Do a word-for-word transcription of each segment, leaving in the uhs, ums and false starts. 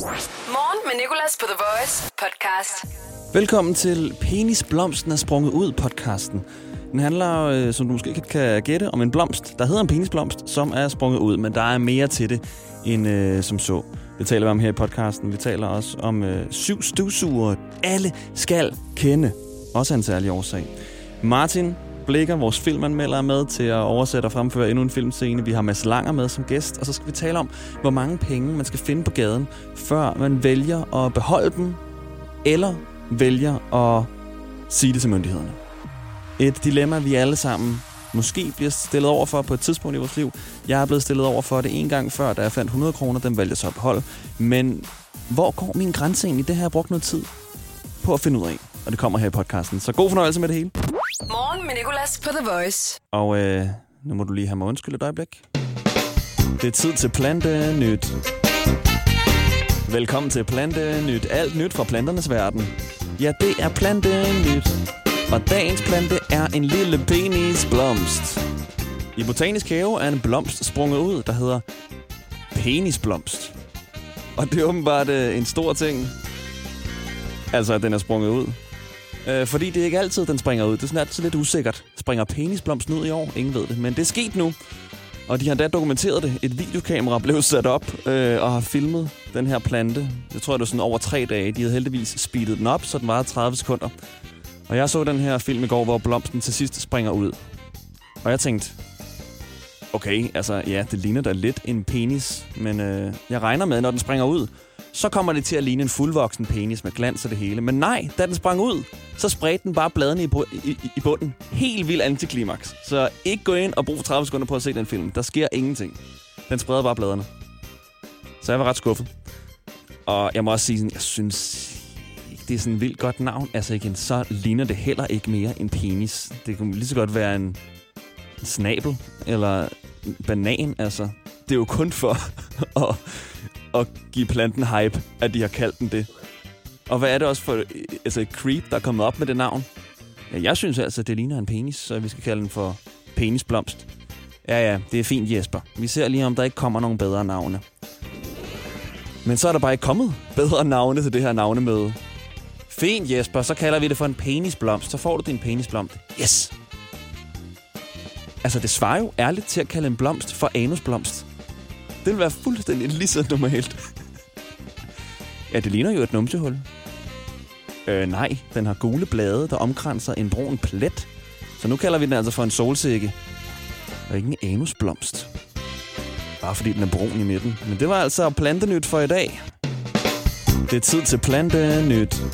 Morgen med Nicolas på The Voice podcast. Velkommen til Penis Blomsten er sprunget ud podcasten. Den handler, øh, som du måske ikke kan gætte, om en blomst, der hedder en penisblomst, som er sprunget ud. Men der er mere til det, end øh, som så. Det taler vi om her i podcasten. Vi taler også om øh, syv støvsugere. Alle skal kende. Også en særlig årsag. Martin Blikker, vores filmanmelder, er med til at oversætte og fremføre endnu en filmscene. Vi har Mads Langer med som gæst, og så skal vi tale om, hvor mange penge man skal finde på gaden, før man vælger at beholde dem, eller vælger at sige det til myndighederne. Et dilemma, vi alle sammen måske bliver stillet over for på et tidspunkt i vores liv. Jeg er blevet stillet over for det en gang før, da jeg fandt hundrede kroner, den valgte jeg så at beholde. Men hvor går min grænse egentlig? Det har jeg brugt noget tid på at finde ud af, og det kommer her i podcasten. Så god fornøjelse med det hele. Morgen med Nicolas på The Voice. Og øh, nu må du lige have mig undskyld et øjeblik. Det er tid til Plante Nyt. Velkommen til Plante Nyt. Alt nyt fra planternes verden. Ja, det er Plante Nyt. Og dagens plante er en lille penisblomst. I Botanisk Have er en blomst sprunget ud, der hedder penisblomst. Og det er åbenbart øh, en stor ting. Altså, at den er sprunget ud. Øh, fordi det er ikke altid, den springer ud. Det er sådan altid lidt usikkert. Springer penisblomsten ud i år? Ingen ved det. Men det er sket nu. Og de har da dokumenteret det. Et videokamera blev sat op øh, og har filmet den her plante. Jeg tror, det var sådan over tre dage. De havde heldigvis speedet den op, så den varede tredive sekunder. Og jeg så den her film i går, hvor blomsten til sidst springer ud. Og jeg tænkte, okay, altså ja, det ligner da lidt en penis. Men øh, jeg regner med, når den springer ud, så kommer det til at ligne en fuldvoksen penis med glans og det hele. Men nej, da den sprang ud, så spredte den bare bladene i, i, i bunden. Helt vild antiklimaks. Så ikke gå ind og brug tredive sekunder på at se den film. Der sker ingenting. Den spreder bare bladene. Så jeg var ret skuffet. Og jeg må også sige, jeg synes ikke, det er sådan et vildt godt navn. Altså igen, så ligner det heller ikke mere en penis. Det kunne lige så godt være en, en snabel eller en banan. Altså, det er jo kun for at... og give planten hype, at de har kaldt den det. Og hvad er det også for altså et creep, der er kommet op med det navn? Ja, jeg synes altså, at det ligner en penis, så vi skal kalde den for penisblomst. Ja, ja, det er fint, Jesper. Vi ser lige, om der ikke kommer nogen bedre navne. Men så er der bare ikke kommet bedre navne til det her navnemøde. Fint, Jesper, så kalder vi det for en penisblomst. Så får du din penisblomst. Yes! Altså, det svarer jo ærligt til at kalde en blomst for anusblomst. Det vil være fuldstændig lige så normalt. Ja, det ligner jo et numsehul. Øh, nej, den har gule blade, der omkranser en brun plet. Så nu kalder vi den altså for en solsikke. Og ikke en anusblomst. Bare fordi den er brun i midten. Men det var altså Plantenyt for i dag. Det er tid til Plantenyt.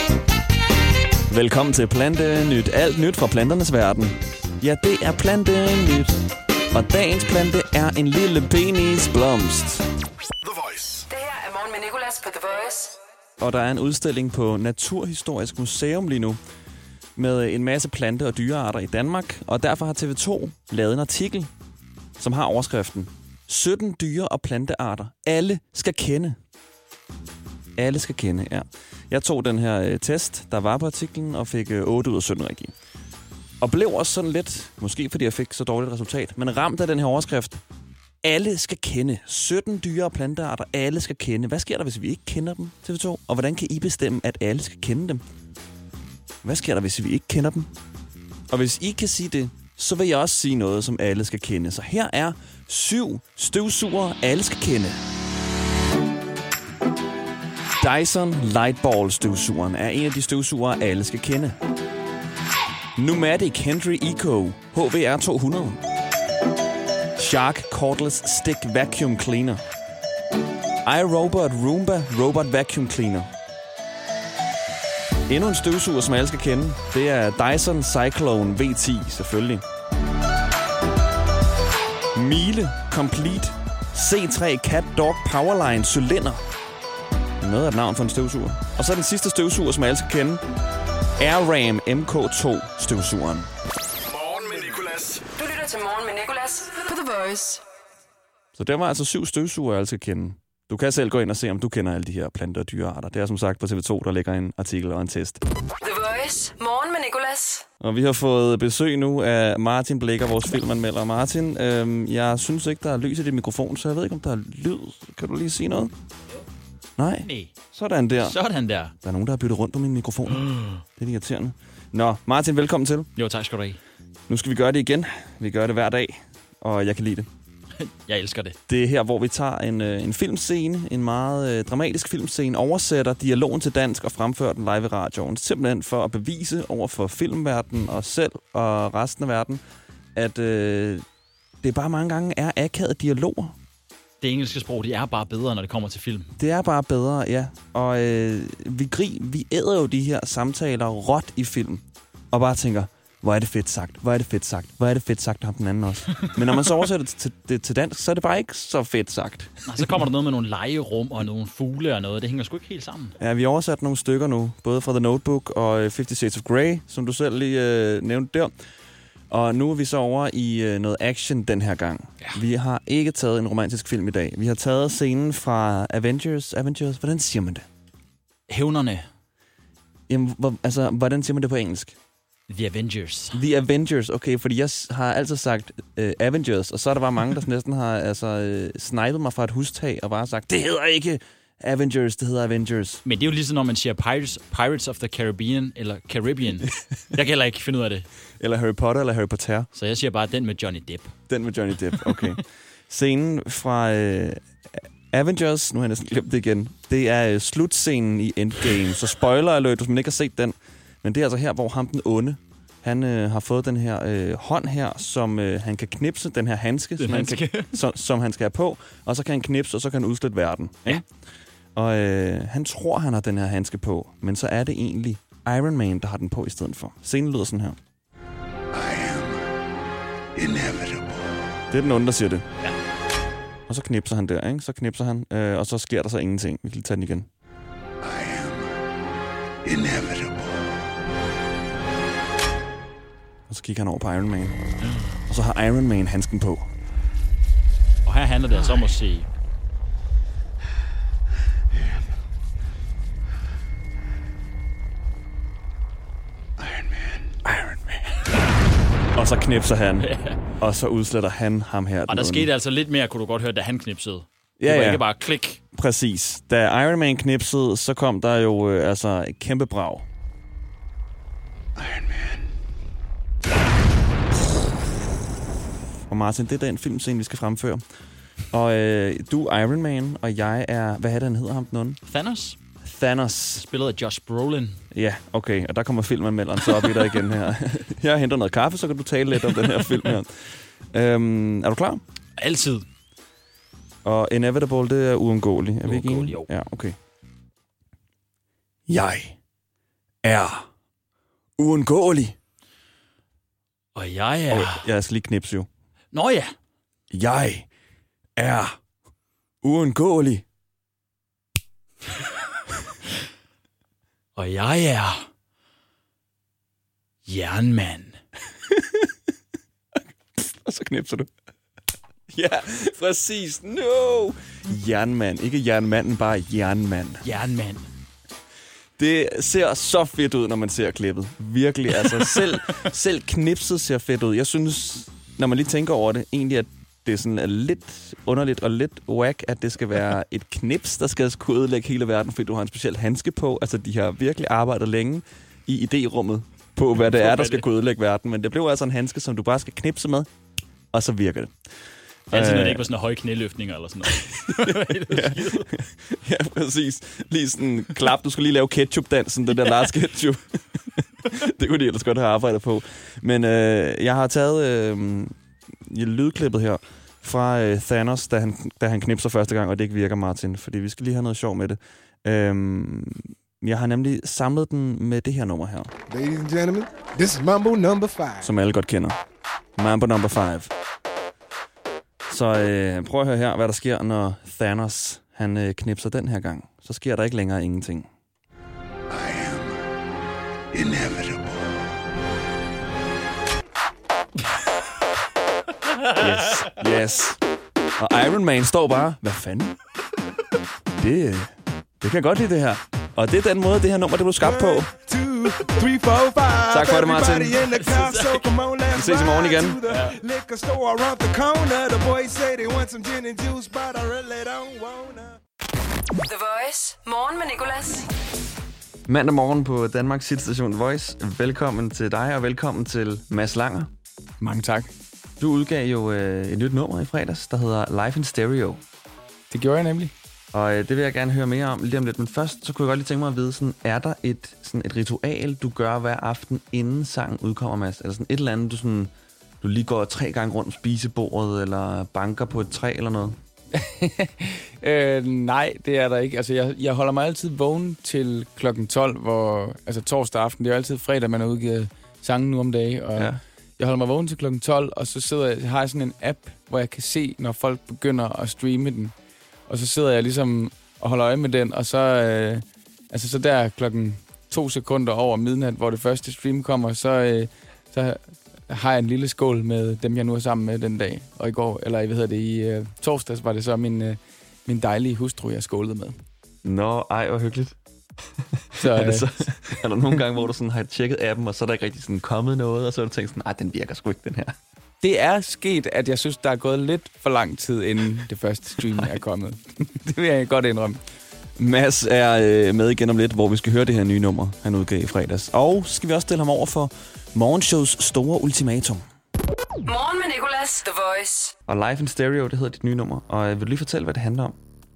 Velkommen til Plantenyt. Alt nyt fra planternes verden. Ja, det er Plantenyt. Og dagens plante er en lille penisblomst. The Voice. Det her er Morgen med Nicolas på The Voice. Og der er en udstilling på Naturhistorisk Museum lige nu med en masse plante- og dyrearter i Danmark. Og derfor har T V to lavet en artikel, som har overskriften sytten dyre- og plantearter. Alle skal kende. Alle skal kende, ja. Jeg tog den her øh, test, der var på artiklen, og fik øh, otte ud af sytten rigtige. Og blev også sådan lidt, måske fordi jeg fik så dårligt resultat, men ramt af den her overskrift. Alle skal kende. sytten dyre- og plantearter, alle skal kende. Hvad sker der, hvis vi ikke kender dem, T V to? Og hvordan kan I bestemme, at alle skal kende dem? Hvad sker der, hvis vi ikke kender dem? Og hvis I kan sige det, så vil jeg også sige noget, som alle skal kende. Så her er syv støvsugere, alle skal kende. Dyson Lightball støvsugeren er en af de støvsugere, alle skal kende. Numatic Henry Eco H V R to hundrede. Shark Cordless Stick Vacuum Cleaner. iRobot Roomba Robot Vacuum Cleaner. Endnu en støvsuger, som alle skal kende. Det er Dyson Cyclone V ti, selvfølgelig. Miele Complete C tre Cat Dog Powerline Cylinder. Noget af et navn for en støvsuger. Og så den sidste støvsuger, som alle skal kende. AirRam M K to støvsugeren. Morgen med Nicolas. Du lytter til Morgen med Nicolas på The Voice. Så der var altså syv støvsugere, alle skal kende. Du kan selv gå ind og se, om du kender alle de her planter og dyrearter. Det er som sagt på T V to, der ligger en artikel og en test. The Voice. Morgen med Nicolas. Og vi har fået besøg nu af Martin Blikker, vores filmanmelder. Martin, øhm, jeg synes ikke, der er lys i dit mikrofon, så jeg ved ikke, om der er lyd. Kan du lige sige noget? Nej. Nej. Sådan der. Sådan der. Der er nogen, der har byttet rundt på min mikrofon. Det er irriterende. Nå, Martin, velkommen til. Jo, tak skal du have. Nu skal vi gøre det igen. Vi gør det hver dag, og jeg kan lide det. Jeg elsker det. Det er her, hvor vi tager en, øh, en filmscene, en meget øh, dramatisk filmscene, oversætter dialogen til dansk og fremfører den live i radioen. Simpelthen for at bevise over for filmverdenen og selv og resten af verden, at øh, det bare mange gange er akavede dialoger. Det engelske sprog, det er bare bedre, når det kommer til film. Det er bare bedre, ja. Og øh, vi, gri, vi æder jo de her samtaler råt i film, og bare tænker, hvor er det fedt sagt, hvor er det fedt sagt, hvor er det fedt sagt, ham den anden også. Men når man så oversætter det til, det til dansk, så er det bare ikke så fedt sagt. Og så kommer der noget med nogle legerum og nogle fugle og noget. Det hænger sgu ikke helt sammen. Ja, vi har oversat nogle stykker nu, både fra The Notebook og Fifty Shades of Grey, som du selv lige øh, nævnte der. Og nu er vi så over i øh, noget action den her gang. Ja. Vi har ikke taget en romantisk film i dag. Vi har taget scenen fra Avengers. Avengers, hvordan siger man det? Hævnerne. Jamen, hvor, altså, hvordan siger man det på engelsk? The Avengers. The Avengers, okay, fordi jeg har altid sagt uh, Avengers, og så er der bare mange, der næsten har altså, uh, snipet mig fra et hustag og bare sagt, det hedder ikke Avengers, det hedder Avengers. Men det er jo ligesom, når man siger Pirates, Pirates of the Caribbean, eller Caribbean. Jeg kan heller ikke finde ud af det. Eller Harry Potter, eller Harry Potter. Så jeg siger bare den med Johnny Depp. Den med Johnny Depp, okay. Scenen fra uh, Avengers, nu har jeg næsten glemt det igen, det er uh, slutscenen i Endgame, så spoiler alert, hvis man ikke har set den. Men det er altså her, hvor ham den onde, han øh, har fået den her øh, hånd her, som øh, han kan knipse, den her handske, som han, kan, som, som han skal have på, og så kan han knipse, og så kan han udslette verden. Ja. Og øh, han tror, han har den her handske på, men så er det egentlig Iron Man, der har den på i stedet for. Scenen lyder sådan her. I am inevitable. Det er den onde, der siger det. Ja. Og så knipser han der, ikke? Så knipser han, øh, og så sker der så ingenting. Vi kan lige tage den igen. I am inevitable. Og så kigger han over på Iron Man. Og så har Iron Man handsken på. Og her handler det altså om at se... Iron Man. Iron Man. Og så knipser han. Og så udsletter han ham her. Og der skete altså lidt mere, kunne du godt høre, da han knipsede. Ja, det var ja. ikke bare klik. Præcis. Da Iron Man knipsede, så kom der jo øh, altså et kæmpe brag. Iron Man. Og Martin, det er den filmscene, vi skal fremføre. Og øh, du er Iron Man, og jeg er... Hvad er det, han hedder ham den onde? Thanos. Thanos. Spillet af Josh Brolin. Ja, okay. Og der kommer filmanmelderen så op i dig igen her. Jeg henter noget kaffe, så kan du tale lidt om den her film her. Øhm, er du klar? Altid. Og Inevitable, det er uundgåeligt. Er vi ikke Uundgåelig, enige? jo. Ja, okay. Jeg er uundgåelig. Og jeg er... Oh, jeg skal lige knipse jo. Nå ja. Jeg er uundgåelig. Og jeg er... Jernmand. Og så knipser du. Ja, præcis. No! Jernmand. Ikke jernmanden, bare jernmand. Jernmand. Det ser så fedt ud, når man ser klippet. Virkelig, altså. Selv, selv knipset ser fedt ud. Jeg synes, når man lige tænker over det, egentlig at det er sådan er lidt underligt og lidt whack, at det skal være et knips, der skal kunne ødelægge hele verden, fordi du har en speciel handske på. Altså, de har virkelig arbejdet længe i idérummet på, hvad det er, der skal kunne ødelægge verden. Men det blev altså en handske, som du bare skal knipse med, og så virker det. Altid, når det ikke var sådan høje knæløftninger eller sådan noget. ja. ja, præcis. Lige sådan klap. Du skulle lige lave ketchup-dansen, den der Lars Ketchup. Det kunne de ellers godt have arbejdet på. Men øh, jeg har taget øh, lydklippet her fra øh, Thanos, da han, da han knipser første gang, og det ikke virker, Martin. Fordi vi skal lige have noget sjov med det. Øh, jeg har nemlig samlet den med det her nummer her. Ladies and gentlemen, this is Mambo number five. Som alle godt kender. Mambo number five. Så øh, prøv at høre her, hvad der sker, når Thanos han øh, knipser den her gang. Så sker der ikke længere ingenting. I am inevitable. Yes, yes. Og Iron Man står bare, hvad fanden? Det, det kan jeg godt lide, det her. Og det er den måde, det her nummer, det blev skabt på. Tak for det, Martin. Vi ses i morgen igen. The Voice. Morgen med Nicolas. Mandag morgen på Danmarks hitstation The Voice. Velkommen til dig, og velkommen til Mads Langer. Mange tak. Du udgav jo øh, et nyt nummer i fredags, der hedder Live in Stereo. Det gjorde jeg nemlig. Og øh, det vil jeg gerne høre mere om lige om lidt. Men først, så kunne jeg godt lige tænke mig at vide, sådan, er der et, sådan et ritual, du gør hver aften, inden sangen udkommer, Mads? Eller sådan et eller andet, du, sådan, du lige går tre gange rundt om spisebordet, eller banker på et træ eller noget? øh, nej, det er der ikke. Altså, jeg, jeg holder mig altid vågen til klokken tolv, hvor, altså torsdag aften. Det er jo altid fredag, man har udgivet sangen nu om dagen. Og ja. Jeg holder mig vågen til klokken tolv, og så sidder jeg, har jeg sådan en app, hvor jeg kan se, når folk begynder at streame den. Og så sidder jeg ligesom og holder øje med den, og så, øh, altså, så der klokken to sekunder over midnat, hvor det første stream kommer, så, øh, så har jeg en lille skål med dem, jeg nu er sammen med den dag. Og i går, eller hvad hedder det, i øh, torsdags var det så min, øh, min dejlige hustru, jeg skålede med. Nå, ej, hvor hyggeligt. Så, er, det så, er der nogle gange, hvor du sådan har tjekket appen, og så er der ikke rigtig sådan kommet noget, og så har du tænkt sådan, nej, den virker sgu ikke, den her. Det er sket, at jeg synes, der er gået lidt for lang tid, inden det første stream er kommet. Det vil jeg godt indrømme. Mads er øh, med igen om lidt, hvor vi skal høre det her nye nummer, han udgav i fredags. Og så skal vi også stille ham over for morgenshows store ultimatum. Morgen med Nicolas, The Voice. Og Live in Stereo, det hedder dit nye nummer. Og vil du lige fortælle, hvad det handler om?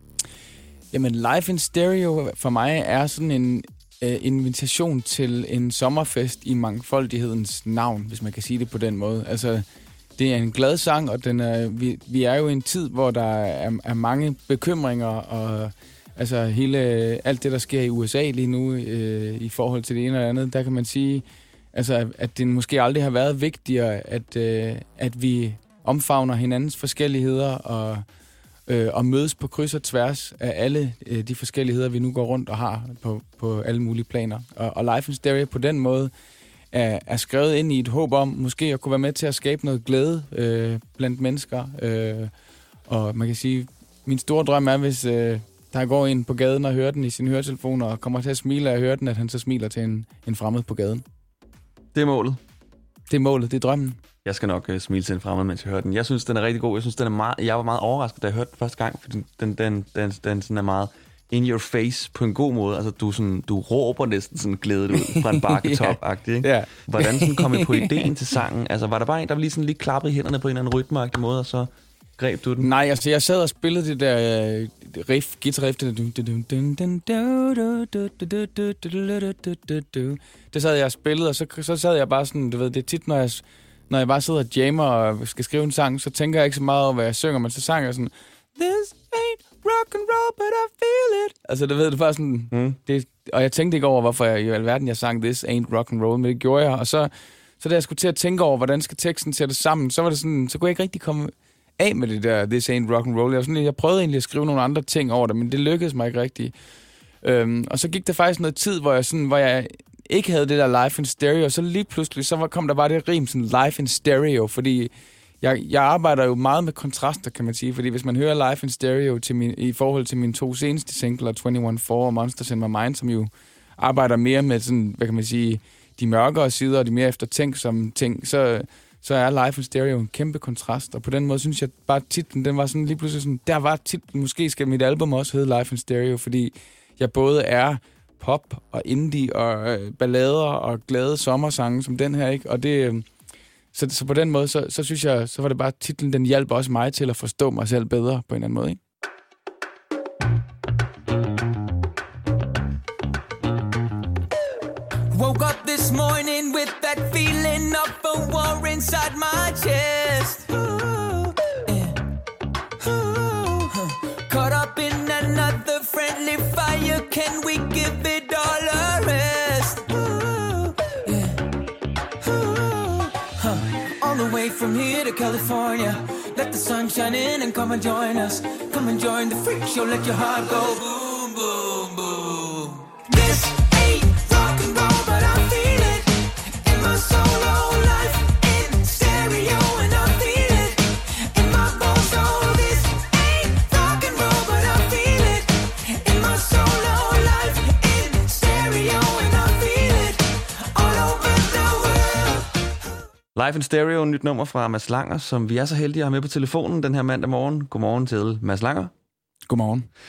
Jamen, Live in Stereo for mig er sådan en øh, invitation til en sommerfest i mangfoldighedens navn, hvis man kan sige det på den måde. Altså, det er en glad sang, og den er, vi, vi er jo i en tid, hvor der er, er mange bekymringer, og altså hele, alt det, der sker i U S A lige nu øh, i forhold til det ene eller andet, der kan man sige, altså, at det måske aldrig har været vigtigere, at, øh, at vi omfavner hinandens forskelligheder og, øh, og mødes på kryds og tværs af alle øh, de forskelligheder, vi nu går rundt og har på, på alle mulige planer. Og, og Live in Stereo på den måde er, er skrevet ind i et håb om måske at kunne være med til at skabe noget glæde øh, blandt mennesker. Øh, og man kan sige, min store drøm er, hvis øh, der går en på gaden og hører den i sin høretelefon og kommer til at smile af at høre den, at han så smiler til en, en fremmed på gaden. Det er målet. Det er målet, det er drømmen. Jeg skal nok uh, smile til en fremmed, mens jeg hører den. Jeg synes, den er rigtig god. Jeg synes, den er meget. Jeg var meget overrasket, da jeg hørte den første gang, for den, den, den, den, den sådan er meget in your face på en god måde. Altså, du, sådan, du råber næsten sådan glædet ud fra en bakketop-agtig, ikke? Ja. Hvordan sådan kom I på ideen til sangen? Altså, var der bare en, der lige sådan lige klappede i hænderne på en eller anden rytmeagtig måde, og så greb du den? Nej, altså, jeg sad og spillede det der uh, riff, guitar-riff, det det sad jeg og spillede, og så, så sad jeg bare sådan, du ved, det er tit, når jeg, når jeg bare sidder og jammer og skal skrive en sang, så tænker jeg ikke så meget over, hvad jeg synger, men så sang jeg sådan, this ain't rock and roll, but I feel it. Altså, det ved du bare sådan, mm. det, og jeg tænkte ikke over, hvorfor jeg i alverden jeg sang this ain't rock and roll, men det gjorde jeg, og så, så da jeg skulle til at tænke over, hvordan skal teksten sættes sammen, så var det sådan, så kunne jeg ikke rigtig komme af med det der this ain't rock and roll. Jeg, var sådan, jeg prøvede egentlig at skrive nogle andre ting over det, men det lykkedes mig ikke rigtigt. Øhm, og så gik der faktisk noget tid, hvor jeg, sådan, hvor jeg ikke havde det der live in stereo, og så lige pludselig så kom der bare det rim sådan live in stereo, fordi jeg, jeg arbejder jo meget med kontraster, kan man sige, fordi hvis man hører live in stereo til min, i forhold til mine to seneste singler, enogtyve fire og Monsters in My Mind, som jo arbejder mere med sådan, hvad kan man sige, de mørkere sider og de mere eftertænksomme ting, så så er Live in Stereo en kæmpe kontrast, og på den måde synes jeg bare titlen, den var sådan lige pludselig sådan, der var titlen, måske skal mit album også hedde Live in Stereo, fordi jeg både er pop og indie og øh, ballader og glade sommersange som den her, ikke? Og det, øh, så, så på den måde, så, så synes jeg, så var det bare titlen, den hjalp også mig til at forstå mig selv bedre på en eller anden måde, ikke? Woke up this morning with that feeling of a war inside my chest. Ooh, yeah. Ooh, huh. Caught up in another friendly fire. Can we give it all a rest? Ooh, yeah. Ooh, huh. All the way from here to California. Let the sun shine in and come and join us. Come and join the freak show. Let your heart go boom, boom, boom. This ain't rock and roll. Live in Stereo, nyt nummer fra Mads Langer, som vi er så heldige at have med på telefonen den her mandag morgen. Godmorgen til Mads Langer. Godmorgen.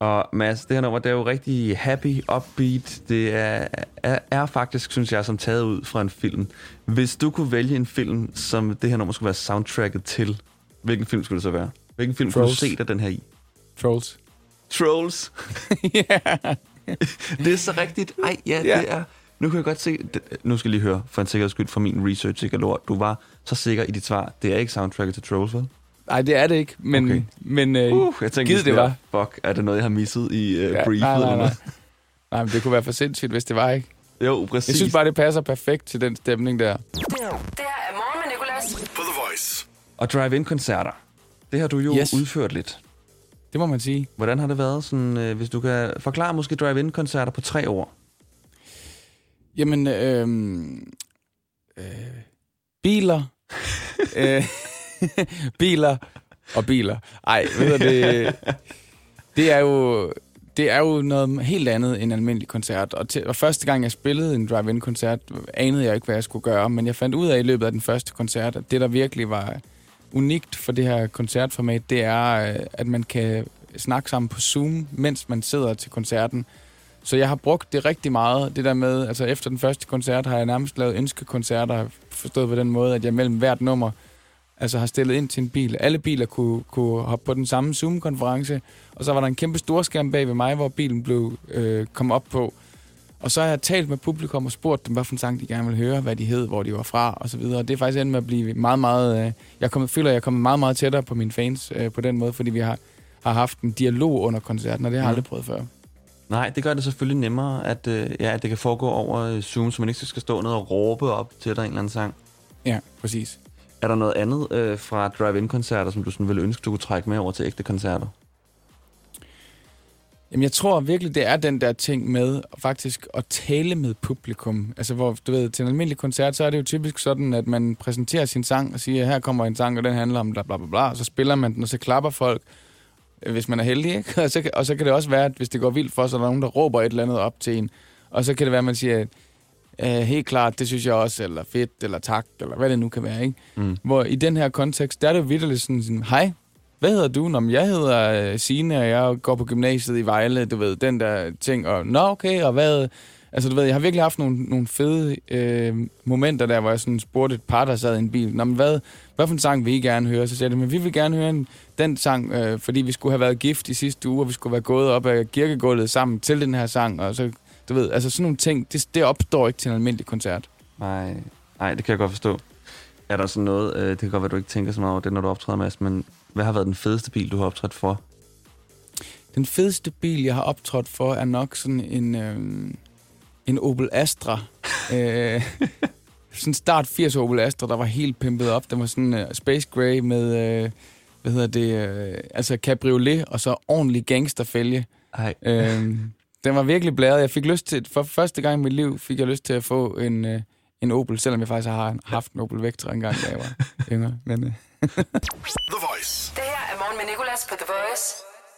Og Mads, det her nummer, det er jo rigtig happy, upbeat. Det er, er, er faktisk, synes jeg, som taget ud fra en film. Hvis du kunne vælge en film, som det her nummer skulle være soundtracket til, hvilken film skulle det så være? Hvilken film Trolls. skulle du se dig den her i? Trolls. Trolls? Yeah. Det er så rigtigt. Ej, ja, Ja. det er... Nu kan jeg godt se... Det, nu skal jeg lige høre, for en sikkerheds skyld, for min research, ikke lort. Du var så sikker i dit svar. Det er ikke soundtracket til Trolls, vel? Nej, det er det ikke, men, Okay. okay. men øh, Uh, jeg tænkte, givet det var. Fuck, er det noget, jeg har misset i uh, Ja, briefet? nej, nej, eller nej. noget? Nej, men det kunne være for sindssygt, hvis det var, ikke? Jo, præcis. Jeg synes bare, det passer perfekt til den stemning der. Det her er Morgen med Nicolas. På The Voice. Og drive-in-koncerter. Det har du jo Yes. udført lidt. Det må man sige. Hvordan har det været, sådan, øh, hvis du kan forklare måske drive-in-koncerter på tre ord? Jamen, øh, øh, biler, øh, biler og biler. Ej, ved du, det, det er jo det er jo noget helt andet end en almindelig koncert. Og, til, og første gang jeg spillede en drive-in-koncert, anede jeg ikke, hvad jeg skulle gøre. Men jeg fandt ud af i løbet af den første koncert, at det, der virkelig var unikt for det her koncertformat, det er, at man kan snakke sammen på Zoom, mens man sidder til koncerten. Så jeg har brugt det rigtig meget, det der med, altså efter den første koncert har jeg nærmest lavet ønskekoncerter, forstået på den måde, at jeg mellem hvert nummer altså har stillet ind til en bil. Alle biler kunne, kunne hoppe på den samme Zoom-konference, og så var der en kæmpe storskærm bag ved mig, hvor bilen blev øh, kom op på. Og så har jeg talt med publikum og spurgt dem, hvad for en sang de gerne ville høre, hvad de hed, hvor de var fra, og så videre. Og det er faktisk endt med at blive meget, meget... Øh, jeg kommet, føler, at jeg er kommet meget, meget tættere på mine fans øh, på den måde, fordi vi har, har haft en dialog under koncerten, og det har jeg aldrig prøvet før. Nej, det gør det selvfølgelig nemmere, at, øh, ja, at det kan foregå over Zoom, så man ikke skal stå ned og råbe op til dig en eller anden sang. Ja, præcis. Er der noget andet øh, fra drive-in-koncerter, som du sådan ville ønske, du kunne trække med over til ægte koncerter? Jamen, jeg tror virkelig, det er den der ting med faktisk at tale med publikum. Altså, hvor, du ved, til en almindelig koncert, så er det jo typisk sådan, at man præsenterer sin sang og siger, her kommer en sang, og den handler om bla bla bla, bla og så spiller man den, og så klapper folk, hvis man er heldig, ikke? Og så, og så kan det også være, at hvis det går vildt for, så er der nogen, der råber et eller andet op til en. Og så kan det være, at man siger, Uh, helt klart, det synes jeg også, eller fedt, eller tak, eller hvad det nu kan være, ikke? Mm. Hvor i den her kontekst, der er det jo vitterligt sådan, sådan, hej, hvad hedder du? Nå, jeg hedder uh, Signe, og jeg går på gymnasiet i Vejle, du ved, den der ting, og nå, okay, og hvad... Altså, du ved, jeg har virkelig haft nogle, nogle fede øh, momenter der, hvor jeg sådan spurgte et par, der sad i en bil, nå, men hvad, hvad for en sang vil I gerne høre? Så sagde de, men vi vil gerne høre en, den sang, øh, fordi vi skulle have været gift i sidste uge, og vi skulle være gået op ad kirkegulvet sammen til den her sang, og så... Du ved, altså sådan nogle ting, det, det opstår ikke til en almindelig koncert. Nej, nej, det kan jeg godt forstå. Er der sådan noget, øh, det kan godt være, du ikke tænker så meget over det, når du optræder, Mads, men hvad har været den fedeste bil, du har optrådt for? Den fedeste bil, jeg har optrådt for, er nok sådan en, øh, en Opel Astra. øh, sådan start firs Opel Astra, der var helt pimpet op. Den var sådan uh, Space Gray med, øh, hvad hedder det, øh, altså cabriolet, og så ordentlig gangsterfælge. Ej. Øh, Den var virkelig blæret. Jeg fik lyst til, for første gang i mit liv, fik jeg lyst til at få en, øh, en Opel, selvom jeg faktisk har haft en Opel Vectra engang, da jeg var yngre. Men, øh. The Voice. Det her er Morgen med Nicolas på The Voice.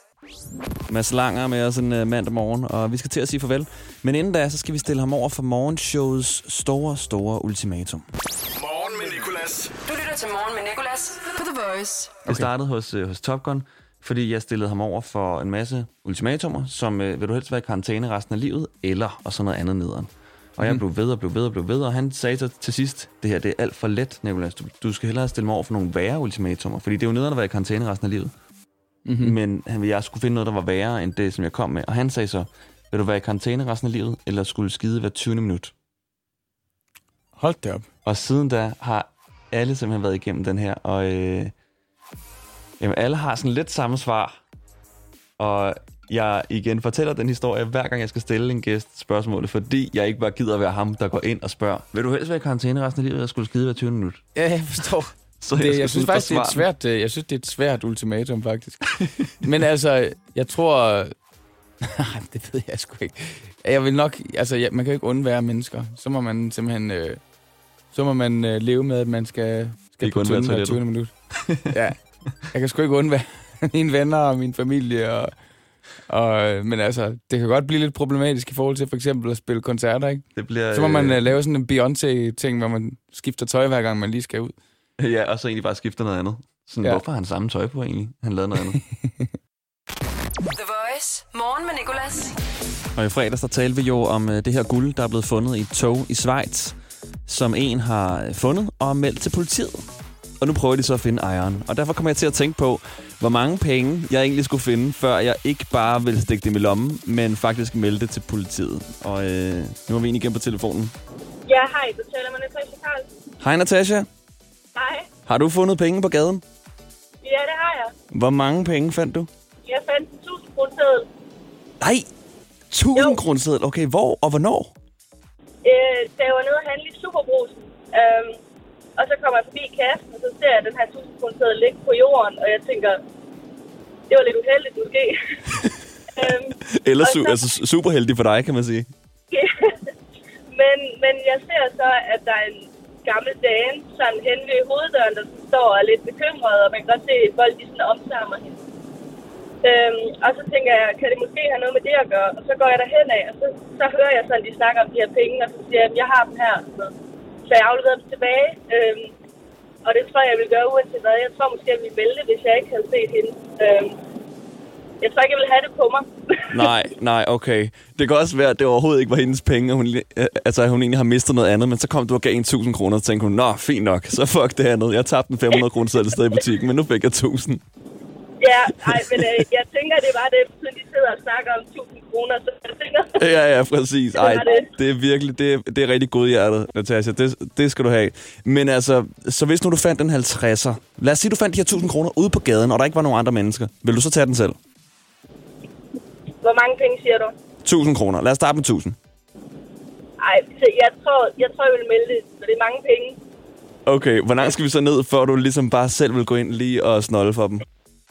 Mads Langer med os en uh, mandag morgen, og vi skal til at sige farvel. Men inden da, så skal vi stille ham over for morgenshowets store, store ultimatum. Morgen med Nicolas. Du lytter til Morgen med Nicolas på The Voice. Okay. Det startede hos, uh, hos Top Gun, fordi jeg stillede ham over for en masse ultimatumer, som uh, vil du helst være i karantæne resten af livet, eller og sådan noget andet nederen. Og jeg mm. blev ved og blev ved og blev ved, og han sagde så til sidst, det her det er alt for let, Nicolas. Du, du skal hellere stille mig over for nogle værre ultimatumer, fordi det er jo nederen at være i karantæne resten af livet. Mm-hmm. Men han, jeg skulle finde noget, der var værre end det, som jeg kom med. Og han sagde så, vil du være i karantæne resten af livet, eller skulle skide hver tyvende minut? Hold det op. Og siden da har alle simpelthen været igennem den her, og øh, jamen, alle har sådan lidt samme svar. Og jeg igen fortæller den historie, hver gang jeg skal stille en gæst spørgsmålet, fordi jeg ikke bare gider at være ham, der går ind og spørger, vil du helst være i karantæne resten af livet, eller skulle skide hver tyvende minut? Ja, jeg forstår. Så det, jeg, jeg synes faktisk, det er et svært, jeg synes, det er et svært ultimatum, faktisk. Men altså, jeg tror... det ved jeg sgu ikke. Jeg vil nok... Altså, jeg, man kan jo ikke undvære mennesker. Så må man simpelthen... Øh, så må man øh, leve med, at man skal, skal på tyvende hver tyvende minut. Ja. Jeg kan sgu ikke undvære mine venner og min familie. Og, og, men altså, det kan godt blive lidt problematisk i forhold til for eksempel at spille koncerter, ikke? Det bliver, så må man øh, lave sådan en Beyoncé-ting, hvor man skifter tøj hver gang, man lige skal ud. Ja, og så egentlig bare skifter noget andet. Sådan, ja. Hvorfor har han samme tøj på egentlig? Han lavede noget andet. The Voice. Voice. Morgen med Nicolas. Og i fredags, der talte vi jo om det her guld, der er blevet fundet i et tog i Schweiz, som en har fundet og meldt til politiet. Og nu prøver de så at finde ejeren. Og derfor kommer jeg til at tænke på, hvor mange penge jeg egentlig skulle finde, før jeg ikke bare ville stikke dem i lommen, men faktisk melde det til politiet. Og øh, nu er vi egentlig igen på telefonen. Ja, hej. Du taler med Natasha Carlsen. Hej Natasha. Hej. Har du fundet penge på gaden? Ja, det har jeg. Hvor mange penge fandt du? Jeg fandt en tusind kroner seddel. Nej, tusind kroner seddel. Okay, hvor og hvornår? Øh, da jeg var nede og handle i Superbrusen. Øhm, og så kommer jeg forbi kassen, og så ser jeg den her tusind kroner seddel ligge på jorden. Og jeg tænker, det var lidt uheldigt måske. øhm, Eller su- så, altså, superheldig for dig, kan man sige. men, men jeg ser så, at der er en gammel dame sådan hen ved hoveddøren, der står og er lidt bekymret, og man kan godt se, at folk de sådan omsamler hende. Øhm, og så tænker jeg, kan det måske have noget med det at gøre? Og så går jeg derhen af, og så, så hører jeg sådan, de snakker om de her penge, og så siger jeg, at jeg har dem her. Så jeg afleverer dem tilbage, øhm, og det tror jeg, jeg vil gøre uanset hvad. Jeg tror måske, jeg ville vælge, hvis jeg ikke havde set hende. Øhm, jeg tror ikke, jeg ville have det på mig. nej, nej, okay. Det kan også være, at det overhovedet ikke var hendes penge, og hun, altså, hun egentlig har mistet noget andet, men så kom du og gav en tusind kroner, og så tænkte hun, nå, fint nok, så fuck det andet. Jeg tabte en fem hundrede kroner selv sted i butikken, men nu fik jeg tusind. Ja, nej, men øh, jeg tænker, det var det, så de sidder og snakker om tusind kroner, så jeg tænker... Ja, ja, præcis. Ej, det. det er virkelig, det er, det er rigtig godhjertet, Natasha. Det, det skal du have. Men altså, så hvis nu du fandt en halvtredser, lad os sige, du fandt de her tusind kroner ude på gaden, og der ikke var nogen andre mennesker, vil du så tage den selv? Hvor mange penge siger du? tusind kroner. Lad os starte med tusind. Ej, så jeg tror, jeg tror, jeg vil melde det, så det er mange penge. Okay, hvor langt skal vi så ned, før du ligesom bare selv vil gå ind lige og snolde for dem?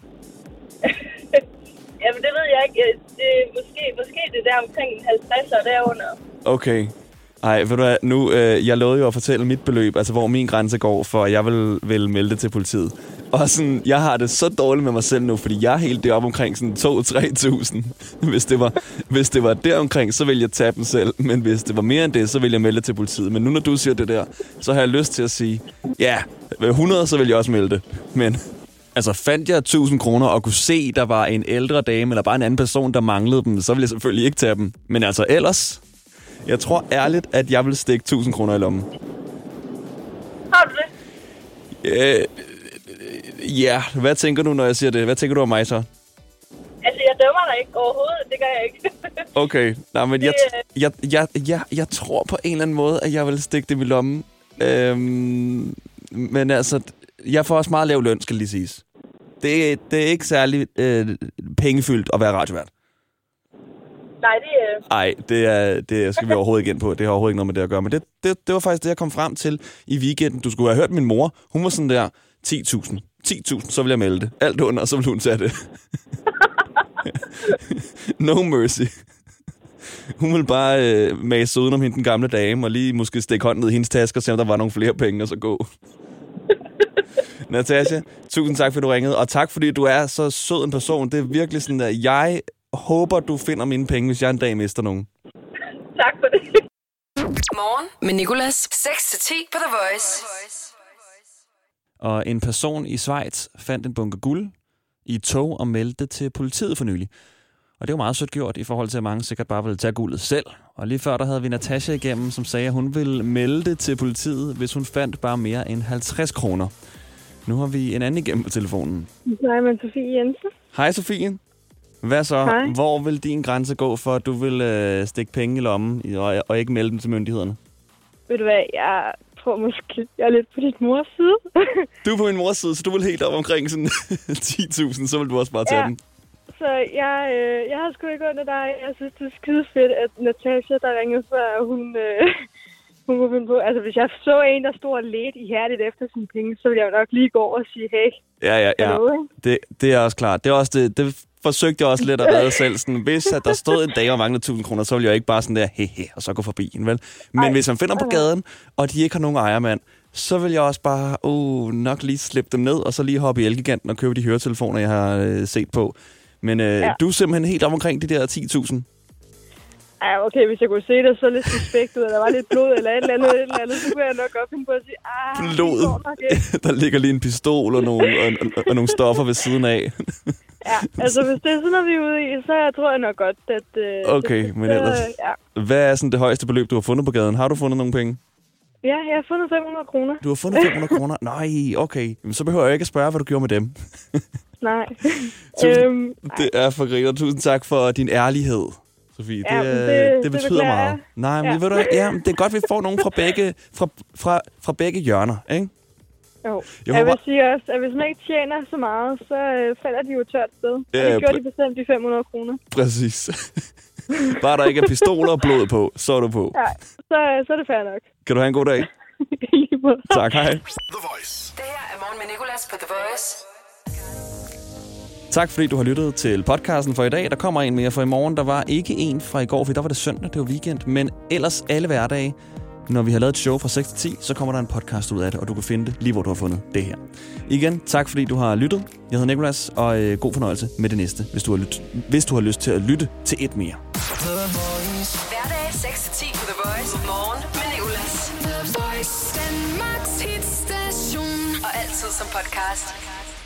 Jamen, det ved jeg ikke. Det, måske, måske det der omkring halvtreds og derunder. Okay. Ej, ved du hvad, nu, øh, jeg lovede jo at fortælle mit beløb, altså hvor min grænse går, for jeg vil, vil melde det til politiet. Og sådan, jeg har det så dårligt med mig selv nu, fordi jeg er helt deroppe omkring sådan to til tre tusind. Hvis det var, hvis det var deromkring, så ville jeg tage dem selv, men hvis det var mere end det, så ville jeg melde det til politiet. Men nu når du siger det der, så har jeg lyst til at sige, ja, ved hundrede, så vil jeg også melde det. Men altså, fandt jeg tusind kroner og kunne se, der var en ældre dame, eller bare en anden person, der manglede dem, så ville jeg selvfølgelig ikke tage dem. Men altså ellers, jeg tror ærligt, at jeg vil stikke tusind kroner i lommen. Har du det? Øh, ja, hvad tænker du, når jeg siger det? Hvad tænker du om mig så? Altså, jeg dømmer dig ikke overhovedet. Det gør jeg ikke. Okay, nej, men jeg, jeg, jeg, jeg, jeg tror på en eller anden måde, at jeg vil stikke dem i lommen. Øhm, men altså, jeg får også meget lav løn, skal lige siges. Det, det er ikke særlig øh, pengefyldt at være radiovært. Nej, det er... Nej, det, er, det skal vi overhovedet ikke ind på. Det har overhovedet ikke noget med det at gøre. Men det, det, det var faktisk det, jeg kom frem til i weekenden. Du skulle have hørt min mor. Hun var sådan der, ti tusind. ti tusind, så vil jeg melde det. Alt under, og så vil hun tage det. No mercy. Hun ville bare øh, mase udenom hende, den gamle dame, og lige måske stikke hånden ned i hendes taske og se, om der var nogle flere penge, og så gå. Natasha, tusind tak, fordi du ringede, og tak, fordi du er så sød en person. Det er virkelig sådan, at jeg håber, du finder mine penge, hvis jeg en dag mister nogen. Tak for det. Morgen med Nicolas. seks til ti på The Voice. Og en person i Schweiz fandt en bunke guld i et tog og meldte det til politiet for nylig. Og det var meget sødt gjort i forhold til, at mange sikkert bare ville tage guldet selv. Og lige før der havde vi Natasha igennem, som sagde, at hun ville melde det til politiet, hvis hun fandt bare mere end halvtreds kroner. Nu har vi en anden igennem på telefonen. Nej, men Sofie Jensen. Hej Sofie. Hvad så? Hej. Hvor vil din grænse gå for, at du vil øh, stikke penge i lommen og, og ikke melde dem til myndighederne? Ved du hvad, jeg tror måske, jeg er lidt på dit mors side. Du er på min mors side, så du vil helt op omkring sådan ti tusind, så vil du også bare tage ja. dem. Så jeg, øh, jeg har sgu ikke under dig. Jeg synes, det er skide fedt, at Natasha, der ringede før, hun, øh, hun kunne finde på. Altså, hvis jeg så en, der stod og ledte ihærdigt efter sine penge, så ville jeg jo nok lige gå over og sige, hey. Ja, ja, ja. Hello, det, det er også klart. Det er også det, det forsøgte jeg også lidt at redde selv. Sådan, hvis at der stod en dag og manglede tusind kroner, så ville jeg ikke bare sådan der, hehe, og så gå forbi en, vel? Men Ej, hvis man finder på gaden, og de ikke har nogen ejermand, så vil jeg også bare uh, nok lige slippe dem ned, og så lige hoppe i Elgiganten og købe de høretelefoner, jeg har øh, set på. Men øh, ja. Du er simpelthen helt om omkring de der ti tusind. Ja, okay, hvis jeg kunne se det, så lidt suspekt ud, at der var lidt blod eller et eller andet, et eller andet, så kunne jeg nok godt finde på at sige, ah, blod. Der ligger lige en pistol og nogle, og, og, og nogle stoffer ved siden af. Ja, altså hvis det er sådan noget, vi er ude i, så jeg tror jeg nok godt, at... Øh, Okay, det, men ellers... Ja. Hvad er sådan det højeste beløb, du har fundet på gaden? Har du fundet nogle penge? Ja, jeg har fundet fem hundrede kroner. Du har fundet fem hundrede kroner? Nej, okay. Så behøver jeg ikke at spørge, hvad du gjorde med dem. Nej. Tusind, øhm, det er for griner. Tusind tak for din ærlighed, Sofie. Det, Ja, det, det- det det betyder beklager meget. jeg. Nej, men Ja. ja. ved du, hvad? ja, det er godt, vi får nogen fra begge, fra, fra, fra begge hjørner, ikke? jo. Jeg Jeg, håber- vil sige også, at hvis man ikke tjener så meget, så øh, falder de jo et tørt sted. Og Ja, det gjorde pr- de bestemt de fem hundrede kroner. Præcis. Bare der ikke er pistoler og blod på, så er du på. Ja, så, så er det fair nok. Kan du have en god dag? I lige måde. Tak, hej. The Voice. Det her er Morgen med Nicolas på The Voice. Tak fordi du har lyttet til podcasten for i dag. Der kommer en mere, for i morgen der var ikke en fra i går, for der var det søndag, det var weekend. Men ellers alle hverdage, når vi har lavet et show fra seks til ti, så kommer der en podcast ud af det, og du kan finde det lige, hvor du har fundet det her. Igen, tak fordi du har lyttet. Jeg hedder Nicolas, og øh, god fornøjelse med det næste, hvis du, har lyt- hvis du har lyst til at lytte til et mere. Hverdag seks til ti på The Voice. Morgen med Nicolas. The Voice. Danmarks hitstation. Og altid som podcast.